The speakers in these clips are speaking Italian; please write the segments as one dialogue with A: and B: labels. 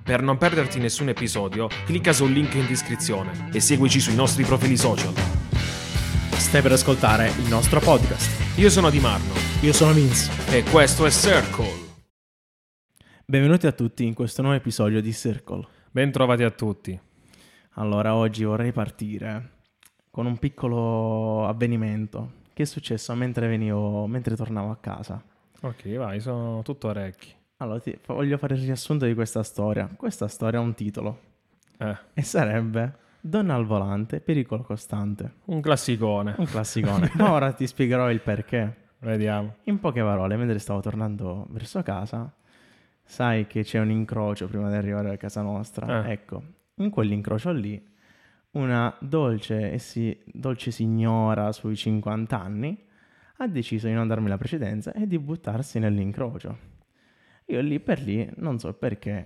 A: Per non perderti nessun episodio, clicca sul link in descrizione e seguici sui nostri profili social.
B: Stai per ascoltare il nostro podcast.
A: Io sono Di Marno
B: Io sono Vince.
A: e questo è Circle.
B: Benvenuti a tutti in questo nuovo episodio di Circle.
A: Bentrovati a tutti.
B: Allora, oggi vorrei partire con un piccolo avvenimento che è successo mentre tornavo a casa.
A: Ok, vai, sono tutto orecchi.
B: Allora, voglio fare il riassunto di questa storia. Questa storia ha un titolo e sarebbe Donna al volante, pericolo costante.
A: Un classicone.
B: Un classicone. Ma ora ti spiegherò il perché.
A: Vediamo.
B: In poche parole, mentre stavo tornando verso casa, sai che c'è un incrocio prima di arrivare a casa nostra. Ecco, in quell'incrocio lì, una dolce signora sui 50 anni ha deciso di non darmi la precedenza e di buttarsi nell'incrocio. Io lì per lì, non so perché,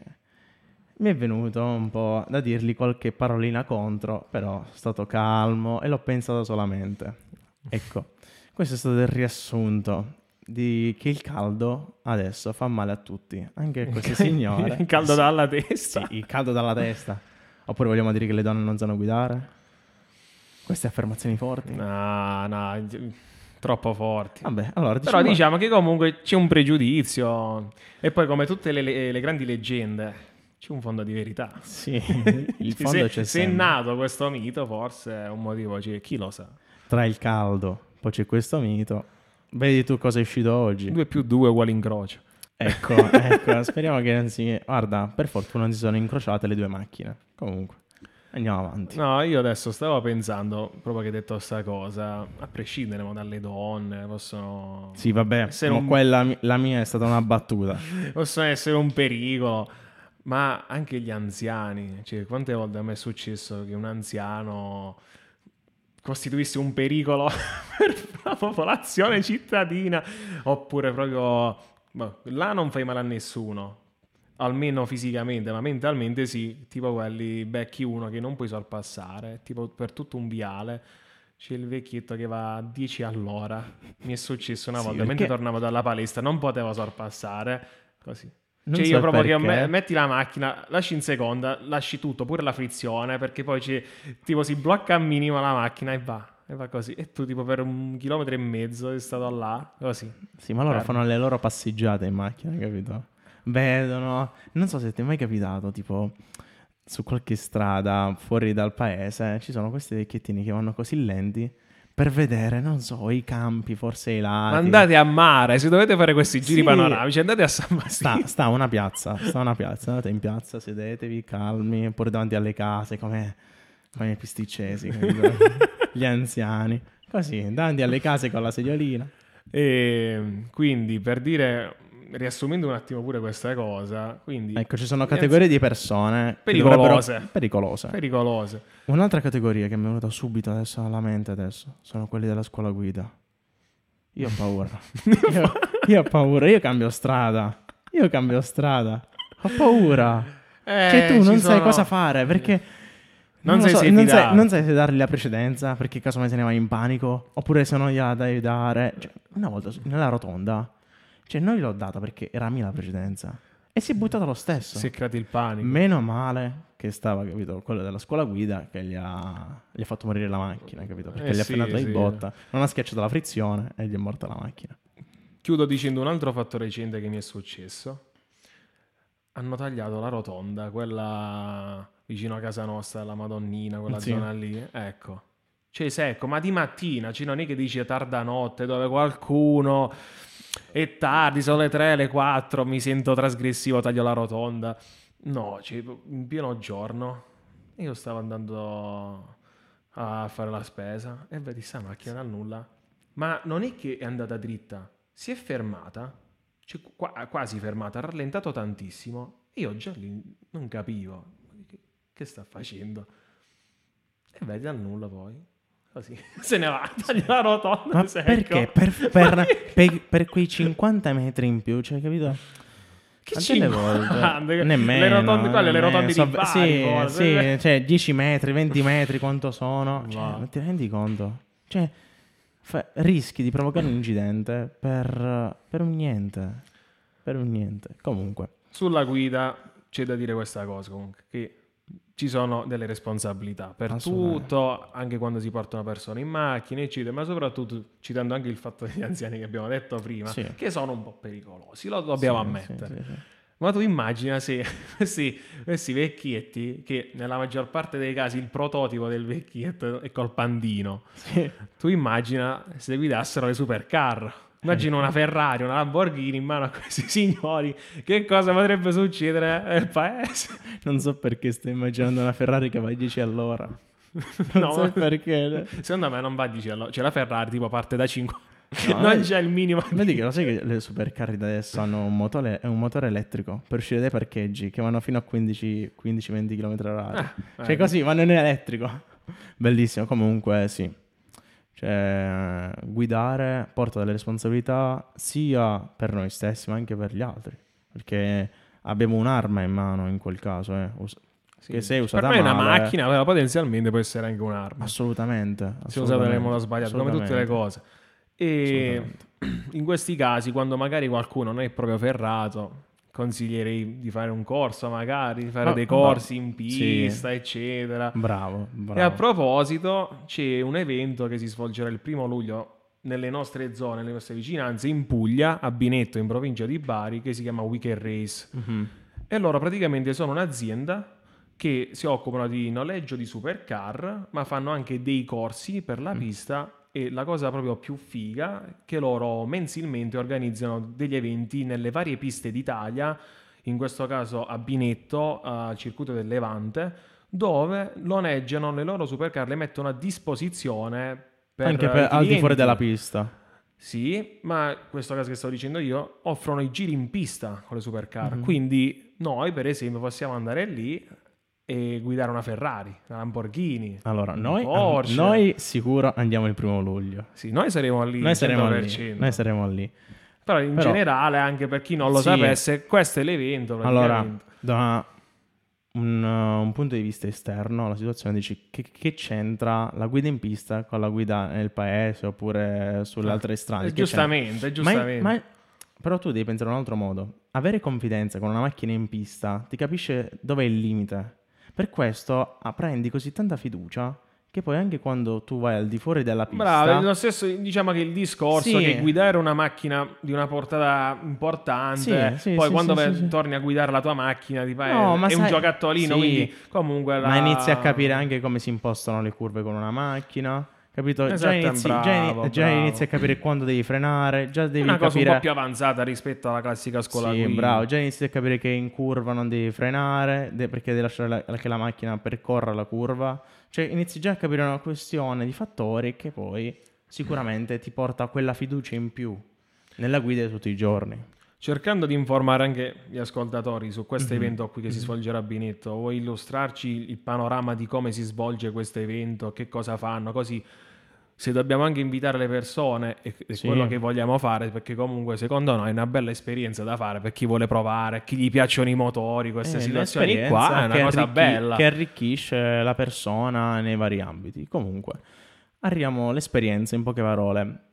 B: mi è venuto un po' da dirgli qualche parolina contro, però sono stato calmo e l'ho pensato solamente. Ecco, questo è stato il riassunto di che il caldo adesso fa male a tutti, anche a queste signore.
A: Il caldo dalla testa.
B: Sì, il caldo dalla testa. Oppure vogliamo dire che le donne non sanno guidare? Queste affermazioni forti?
A: No, troppo forti.
B: Vabbè, allora
A: Però diciamo che comunque c'è un pregiudizio e poi come tutte le grandi leggende c'è un fondo di verità.
B: Sì, il fondo c'è
A: se è
B: sempre.
A: nato questo mito forse è un motivo, chi lo sa.
B: Tra il caldo, poi c'è questo mito. Vedi tu cosa è uscito oggi?
A: 2 più 2 uguali incrocio.
B: Ecco, speriamo che non si... Guarda, per fortuna non si sono incrociate le due macchine. Comunque, andiamo avanti.
A: No, io adesso stavo pensando, proprio che hai detto sta cosa, a prescindere dalle donne, possono...
B: Sì, vabbè,
A: essere
B: la mia è stata una battuta.
A: Possono essere un pericolo, ma anche gli anziani. Cioè, quante volte a me è successo che un anziano costituisse un pericolo per la popolazione cittadina, oppure proprio... là non fai male a nessuno, almeno fisicamente, ma mentalmente sì, tipo quelli becchi uno che non puoi sorpassare, tipo per tutto un viale c'è il vecchietto che va a 10 all'ora. Mi è successo una volta, mentre tornavo dalla palestra, non potevo sorpassare, così.
B: Non
A: Cioè
B: so
A: io proprio
B: perché.
A: che metti la macchina, lasci in seconda, lasci tutto, pure la frizione, perché poi tipo si blocca al minimo la macchina e va così. E tu tipo per 1,5 chilometri sei stato là, così.
B: Sì, ma loro fanno le loro passeggiate in macchina, capito? Vedono, non so se ti è mai capitato, tipo su qualche strada fuori dal paese ci sono questi vecchiettini che vanno così lenti per vedere, non so, i campi, forse i lati.
A: Ma andate a mare, se dovete fare questi giri
B: Sì.
A: panoramici, andate a San Basilio.
B: Sta una piazza, andate in piazza, sedetevi calmi, pure davanti alle case, come i pisticcesi, capito? Gli anziani, così, davanti alle case con la sediolina.
A: E quindi, per dire, riassumendo un attimo pure questa cosa, quindi...
B: Ecco, ci sono categorie di persone
A: pericolose.
B: Pericolose. Un'altra categoria che mi è venuta subito adesso alla mente sono quelli della scuola guida. Io ho paura. io ho paura, io cambio strada. Ho paura. Cioè tu non sai cosa fare perché non sai se dargli la precedenza perché casomai se ne vai in panico oppure se non gliela devi dare. Cioè, una volta nella rotonda, cioè non gliel'ho data perché era mia la precedenza e si è buttato lo stesso.
A: Si è creato il panico.
B: Meno male che stava, capito, quello della scuola guida che gli ha fatto morire la macchina, capito? Perché gli ha frenato di botta, non ha schiacciato la frizione e gli è morta la macchina.
A: Chiudo dicendo un altro fatto recente che mi è successo. Hanno tagliato la rotonda, quella vicino a casa nostra, la Madonnina, quella zona lì. Ecco. Cioè, secco, ma di mattina, cioè non è che dici tarda notte dove qualcuno è tardi, sono le 3, le 4, mi sento trasgressivo, taglio la rotonda. No, cioè, in pieno giorno io stavo andando a fare la spesa e vedi sta macchina dal nulla. Ma non è che è andata dritta, si è fermata. Cioè, quasi fermata, ha rallentato tantissimo e io già lì non capivo che sta facendo e vedi dal nulla poi così se ne va, taglia la rotonda.
B: Ma perché? Per quei 50 metri in più, cioè, capito?
A: Che
B: delle volte nemmeno
A: le rotonde, quelle le rotonde di Bari,
B: sì, cioè 10 metri, 20 metri quanto sono, cioè, non ti rendi conto? Cioè rischi di provocare un incidente per un niente. Comunque,
A: sulla guida c'è da dire questa cosa comunque, che ci sono delle responsabilità per tutto, anche quando si porta una persona in macchina, eccetera, ma soprattutto citando anche il fatto degli anziani che abbiamo detto prima, che sono un po' pericolosi, lo dobbiamo ammettere. Sì. Ma tu immagina se questi vecchietti, che nella maggior parte dei casi il prototipo del vecchietto è col pandino, tu immagina se guidassero le supercar. Immagino una Ferrari, una Lamborghini in mano a questi signori. Che cosa potrebbe succedere nel paese?
B: Non so perché sto immaginando una Ferrari che va a 10 all'ora. Non so perché.
A: Secondo me non va a 10 all'ora. C'è la Ferrari tipo parte da 5. Non c'è il minimo.
B: Vedi che lo sai che le supercar da adesso hanno un motore elettrico per uscire dai parcheggi che vanno fino a 15-20 km/h. Cioè così vanno in elettrico. Bellissimo. Comunque sì. Cioè, guidare porta delle responsabilità sia per noi stessi ma anche per gli altri, perché abbiamo un'arma in mano in quel caso, che se usata
A: per me
B: male,
A: è una macchina, però potenzialmente può essere anche un'arma.
B: Assolutamente.
A: Se usata nel modo sbagliato, come tutte le cose. E in questi casi, quando magari qualcuno non è proprio ferrato, consiglierei di fare un corso, magari di fare dei corsi in pista, eccetera.
B: Bravo.
A: E a proposito, c'è un evento che si svolgerà il 1° luglio nelle nostre zone, nelle nostre vicinanze, in Puglia, a Binetto, in provincia di Bari, che si chiama Weekend Race. E loro praticamente sono un'azienda che si occupano di noleggio di supercar, ma fanno anche dei corsi per la pista. E la cosa proprio più figa è che loro mensilmente organizzano degli eventi nelle varie piste d'Italia, in questo caso a Binetto, al circuito del Levante, dove loneggiano le loro supercar, le mettono a disposizione per
B: anche al di fuori della pista.
A: Sì, ma in questo caso che sto dicendo io, offrono i giri in pista con le supercar. Quindi noi, per esempio, possiamo andare lì e guidare una Ferrari, una Lamborghini.
B: Allora, noi sicuro andiamo il 1° luglio.
A: Sì, noi saremo lì. Noi
B: saremo lì.
A: Però in generale, anche per chi non lo sapesse, questo è l'evento.
B: Allora, da un punto di vista esterno, la situazione dici che c'entra la guida in pista con la guida nel paese oppure sulle altre strade?
A: Giustamente.
B: Ma però tu devi pensare in un altro modo. Avere confidenza con una macchina in pista ti capisce dove è il limite. Per questo prendi così tanta fiducia che poi anche quando tu vai al di fuori della pista...
A: Bravo, lo stesso, diciamo che il discorso che guidare una macchina di una portata importante, poi quando torni a guidare la tua macchina è un giocattolino, quindi comunque...
B: Ma inizi a capire anche come si impostano le curve con una macchina... Capito? Già inizi a capire quando devi frenare, già devi
A: una cosa un po' più avanzata rispetto alla classica scuola guida.
B: Bravo, già inizi a capire che in curva non devi frenare, perché devi lasciare che la macchina percorra la curva. Cioè inizi già a capire una questione di fattori che poi sicuramente ti porta a quella fiducia in più nella guida di tutti i giorni.
A: Cercando di informare anche gli ascoltatori su questo evento qui che si svolgerà a Binetto, vuoi illustrarci il panorama di come si svolge questo evento, che cosa fanno, così se dobbiamo anche invitare le persone è quello che vogliamo fare, perché comunque secondo noi è una bella esperienza da fare per chi vuole provare, chi gli piacciono i motori, queste situazioni qua è una cosa bella
B: che arricchisce la persona nei vari ambiti. Comunque arriviamo all'esperienza, in poche parole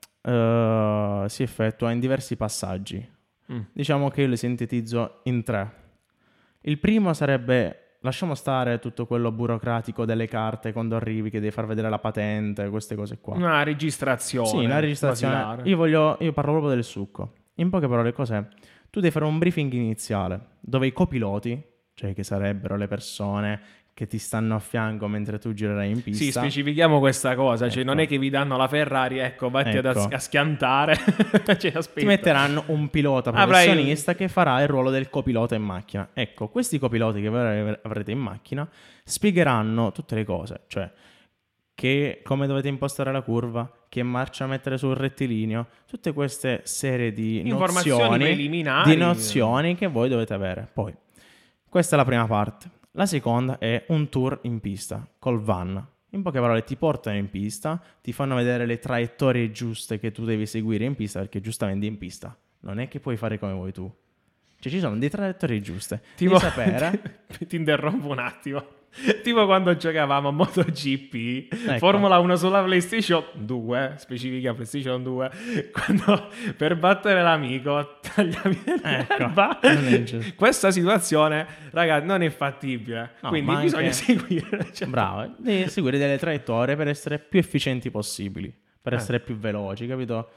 B: si effettua in diversi passaggi. Diciamo che io li sintetizzo in 3. Il primo sarebbe, lasciamo stare tutto quello burocratico delle carte quando arrivi, che devi far vedere la patente, queste cose qua.
A: Una registrazione.
B: Sì, una registrazione. Io parlo proprio del succo. In poche parole, cos'è? Tu devi fare un briefing iniziale dove i copiloti, cioè che sarebbero le persone che ti stanno a fianco mentre tu girerai in pista.
A: Sì, specifichiamo questa cosa, cioè non è che vi danno la Ferrari, vatti a schiantare. Cioè,
B: ti metteranno un pilota professionista che farà il ruolo del copilota in macchina. Ecco, questi copiloti che voi avrete in macchina spiegheranno tutte le cose, cioè come dovete impostare la curva, che marcia mettere sul rettilineo, tutte queste serie di
A: informazioni preliminari,
B: di nozioni che voi dovete avere. Poi, questa è la prima parte. La seconda è un tour in pista col van. In poche parole ti portano in pista, ti fanno vedere le traiettorie giuste che tu devi seguire in pista, perché giustamente in pista non è che puoi fare come vuoi tu. Cioè ci sono delle traiettorie giuste.
A: Devi sapere... Ti interrompo un attimo. Tipo quando giocavamo a MotoGP,
B: Ecco.
A: Formula 1 sulla PlayStation 2, specifica PlayStation 2, quando per battere l'amico tagliavi l'erba. Questa situazione, ragazzi, non è fattibile.
B: No,
A: quindi bisogna seguire.
B: Bravo, devi seguire delle traiettorie per essere più efficienti possibili, per essere più veloci, capito?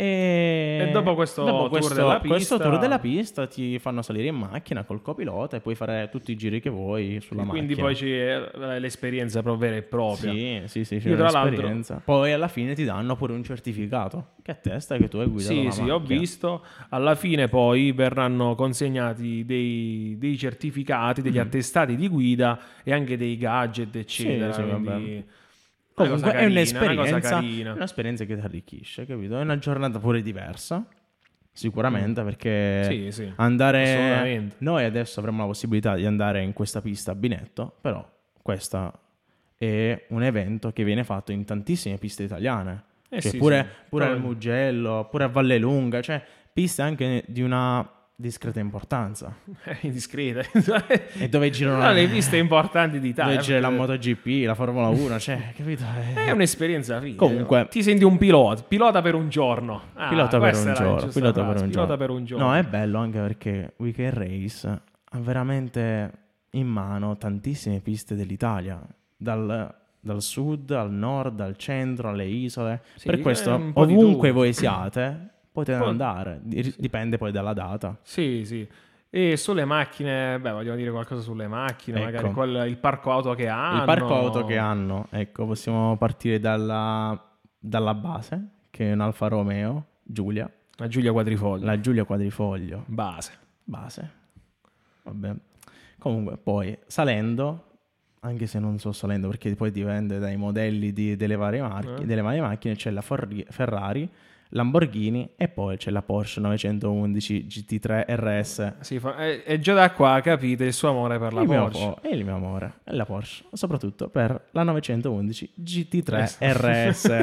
B: E
A: dopo questo
B: tour della pista ti fanno salire in macchina col copilota e puoi fare tutti i giri che vuoi sulla macchina.
A: Quindi poi c'è l'esperienza proprio vera e propria.
B: Sì, c'è l'esperienza. Poi alla fine ti danno pure un certificato che attesta che tu hai guidato la macchina.
A: Sì, ho visto. Alla fine poi verranno consegnati dei certificati, degli attestati di guida e anche dei gadget, eccetera. Quindi...
B: Comunque è un'esperienza che ti arricchisce, capito? È una giornata pure diversa, sicuramente, perché andare... Noi adesso avremo la possibilità di andare in questa pista a Binetto, però questa è un evento che viene fatto in tantissime piste italiane. Pure al Mugello, pure a Vallelunga, cioè piste anche di una discreta importanza.
A: Indiscreta.
B: E dove girano
A: le piste importanti d'Italia.
B: Dove gira la MotoGP, la Formula 1, cioè, capito?
A: È un'esperienza figa.
B: Comunque,
A: ti senti un pilota per un giorno.
B: Pilota per un giorno. No, è bello anche perché Weekend Race ha veramente in mano tantissime piste dell'Italia, dal sud al nord, dal centro, alle isole. Per questo, ovunque voi siate, potete andare, dipende poi dalla data.
A: Sì. E sulle macchine, vogliono dire qualcosa sulle macchine, magari il parco auto che hanno.
B: Il parco auto che hanno, ecco, possiamo partire dalla base, che è un Alfa Romeo Giulia.
A: La Giulia
B: Quadrifoglio.
A: Base.
B: Vabbè. Comunque, poi salendo, anche se non so salendo perché poi dipende dai modelli delle varie macchine, c'è la Ferrari, Lamborghini e poi c'è la Porsche 911 GT3 RS.
A: E già da qua capite il suo amore per la Porsche.
B: È il mio amore, è la Porsche, soprattutto per la 911 GT3 RS.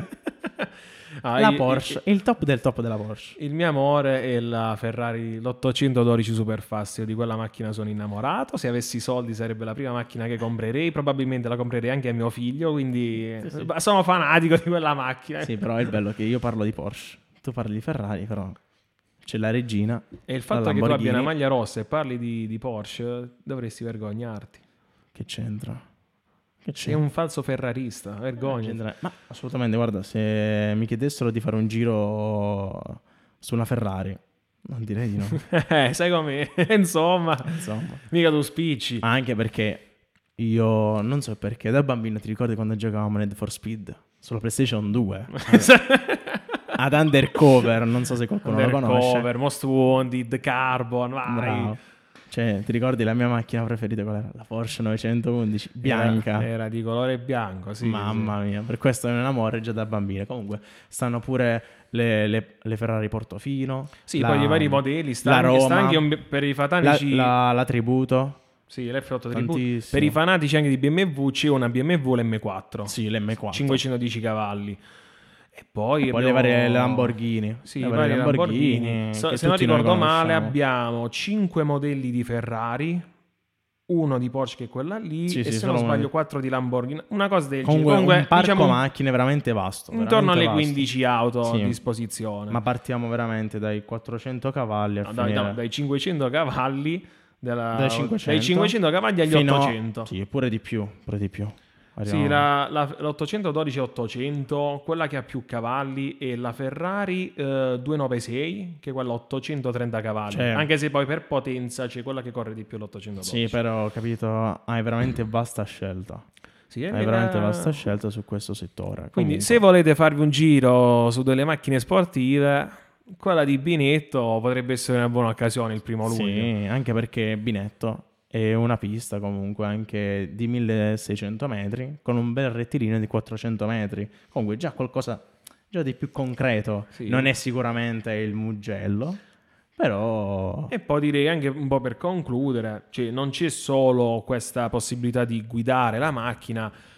B: La Porsche, il top del top della Porsche.
A: Il mio amore è la Ferrari, l'812 Superfast. Io di quella macchina sono innamorato. Se avessi soldi sarebbe la prima macchina che comprerei. Probabilmente la comprerei anche a mio figlio. Quindi sono fanatico di quella macchina.
B: Sì, però è il bello che io parlo di Porsche, tu parli di Ferrari, però c'è la regina.
A: E il fatto che tu abbia una maglia rossa e parli di Porsche, dovresti vergognarti.
B: Che c'entra?
A: Sei un falso ferrarista, vergogna.
B: Ma assolutamente, guarda, se mi chiedessero di fare un giro su una Ferrari, non direi di no.
A: Sai com'è? Insomma, mica tu spicci.
B: Anche perché io non so perché, da bambino ti ricordi quando giocavamo Need for Speed sulla PlayStation 2? Ad Undercover, non so se qualcuno lo conosce.
A: Undercover, Most Wanted, Carbon, vai.
B: Bravo. Cioè, ti ricordi la mia macchina preferita qual era? La Porsche 911, bianca.
A: Era di colore bianco, sì.
B: Mamma mia, per questo è un amore già da bambino. Comunque, stanno pure le Ferrari Portofino.
A: Sì, poi i vari modelli.
B: La Roma.
A: Sta anche per i fanatici...
B: La Tributo.
A: Sì, l'F8 Tributo. Per i fanatici anche di BMW c'è una BMW l'M4.
B: Sì, l'M4.
A: 510 cavalli. E poi
B: le varie Lamborghini.
A: Sì, le varie Lamborghini. Se non ricordo male, abbiamo 5 modelli di Ferrari, uno di Porsche che è quella lì, e se non sbaglio 4 di Lamborghini. Una cosa del genere.
B: Comunque un parco macchine veramente vasto.
A: Intorno alle 15 auto a disposizione.
B: Ma partiamo veramente dai 400 cavalli
A: dai 500 cavalli. Dai 500 cavalli agli 800.
B: Sì, pure di più.
A: Sì, l'812 800, quella che ha più cavalli è la Ferrari 296, che è quella 830 cavalli. Anche se poi per potenza c'è quella che corre di più, l'812.
B: Sì, però, capito, hai veramente vasta scelta. Hai veramente vasta scelta su questo settore.
A: Quindi se volete farvi un giro su delle macchine sportive, quella di Binetto potrebbe essere una buona occasione il 1° luglio.
B: Sì, anche perché Binetto è una pista comunque anche di 1600 metri con un bel rettilineo di 400 metri. Comunque già qualcosa di più concreto. Sì. Non è sicuramente il Mugello, però...
A: E poi direi anche un po' per concludere, cioè non c'è solo questa possibilità di guidare la macchina,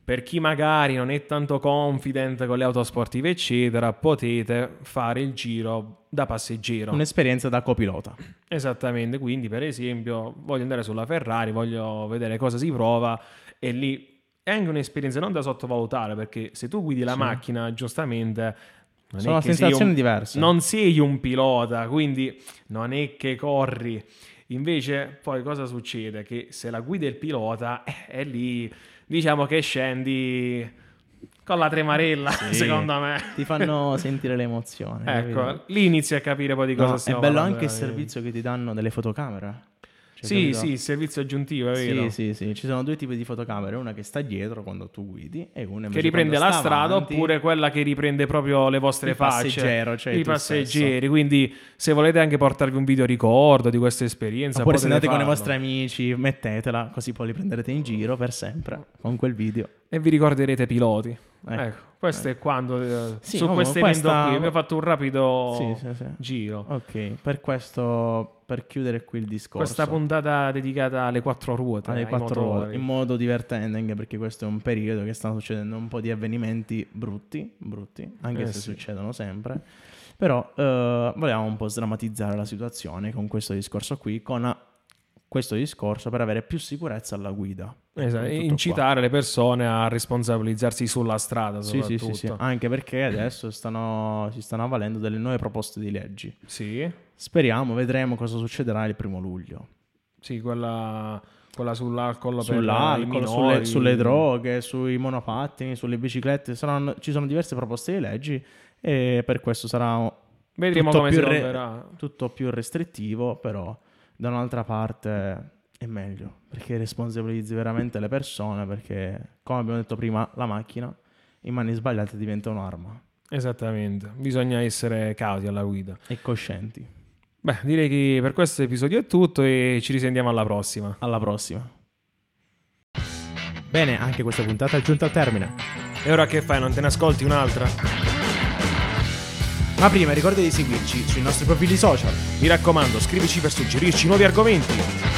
A: per chi magari non è tanto confident con le auto sportive eccetera, potete fare il giro da passeggero.
B: Un'esperienza da copilota.
A: Esattamente, quindi per esempio voglio andare sulla Ferrari, voglio vedere cosa si prova, e lì è anche un'esperienza non da sottovalutare, perché se tu guidi la macchina giustamente
B: sono sensazioni diverse.
A: Non sei un pilota, quindi non è che corri. Invece poi cosa succede? Che se la guida il pilota è lì, diciamo che scendi con la tremarella, secondo me.
B: Ti fanno sentire l'emozione.
A: Ecco,
B: capito?
A: lì inizi a capire poi di cosa stiamo
B: parlando. È bello
A: parlando.
B: anche il servizio che ti danno delle fotocamere.
A: Sì, il servizio aggiuntivo, è vero.
B: Sì. Ci sono due tipi di fotocamere, una che sta dietro quando tu guidi e una
A: che riprende la strada
B: avanti,
A: oppure quella che riprende proprio le vostre facce.
B: Cioè
A: i passeggeri, quindi se volete anche portarvi un video ricordo di questa esperienza,
B: oppure se andate con i vostri amici, mettetela, così poi li prenderete in giro per sempre con quel video.
A: E vi ricorderete piloti. Ecco, questo è quando su questo evento qui abbiamo fatto un rapido giro.
B: Ok, per chiudere qui il discorso.
A: Questa puntata dedicata alle quattro ruote.
B: Alle quattro ruote, in modo divertente, anche perché questo è un periodo che stanno succedendo un po' di avvenimenti brutti, anche se succedono sempre. Però volevamo un po' sdrammatizzare la situazione con questo discorso qui, questo discorso per avere più sicurezza alla guida.
A: Esatto, e incitare le persone a responsabilizzarsi sulla strada soprattutto.
B: Sì. Anche perché adesso si stanno avvalendo delle nuove proposte di leggi.
A: Sì.
B: Speriamo, vedremo cosa succederà il 1 luglio.
A: Sì, quella sull'alcol,
B: sulle droghe, sui monopattini, sulle biciclette. Ci sono diverse proposte di leggi e per questo sarà
A: vedremo come si evolverà.
B: Tutto più restrittivo, però da un'altra parte è meglio, perché responsabilizzi veramente le persone, perché come abbiamo detto prima, la macchina in mani sbagliate diventa un'arma.
A: Esattamente, bisogna essere cauti alla guida
B: e coscienti.
A: Beh, direi che per questo episodio è tutto e ci risentiamo alla prossima.
B: Bene, anche questa puntata è giunta al termine.
A: E ora che fai, non te ne ascolti un'altra?
B: Ma prima ricorda di seguirci sui nostri profili social.
A: Mi raccomando, scrivici per suggerirci nuovi argomenti.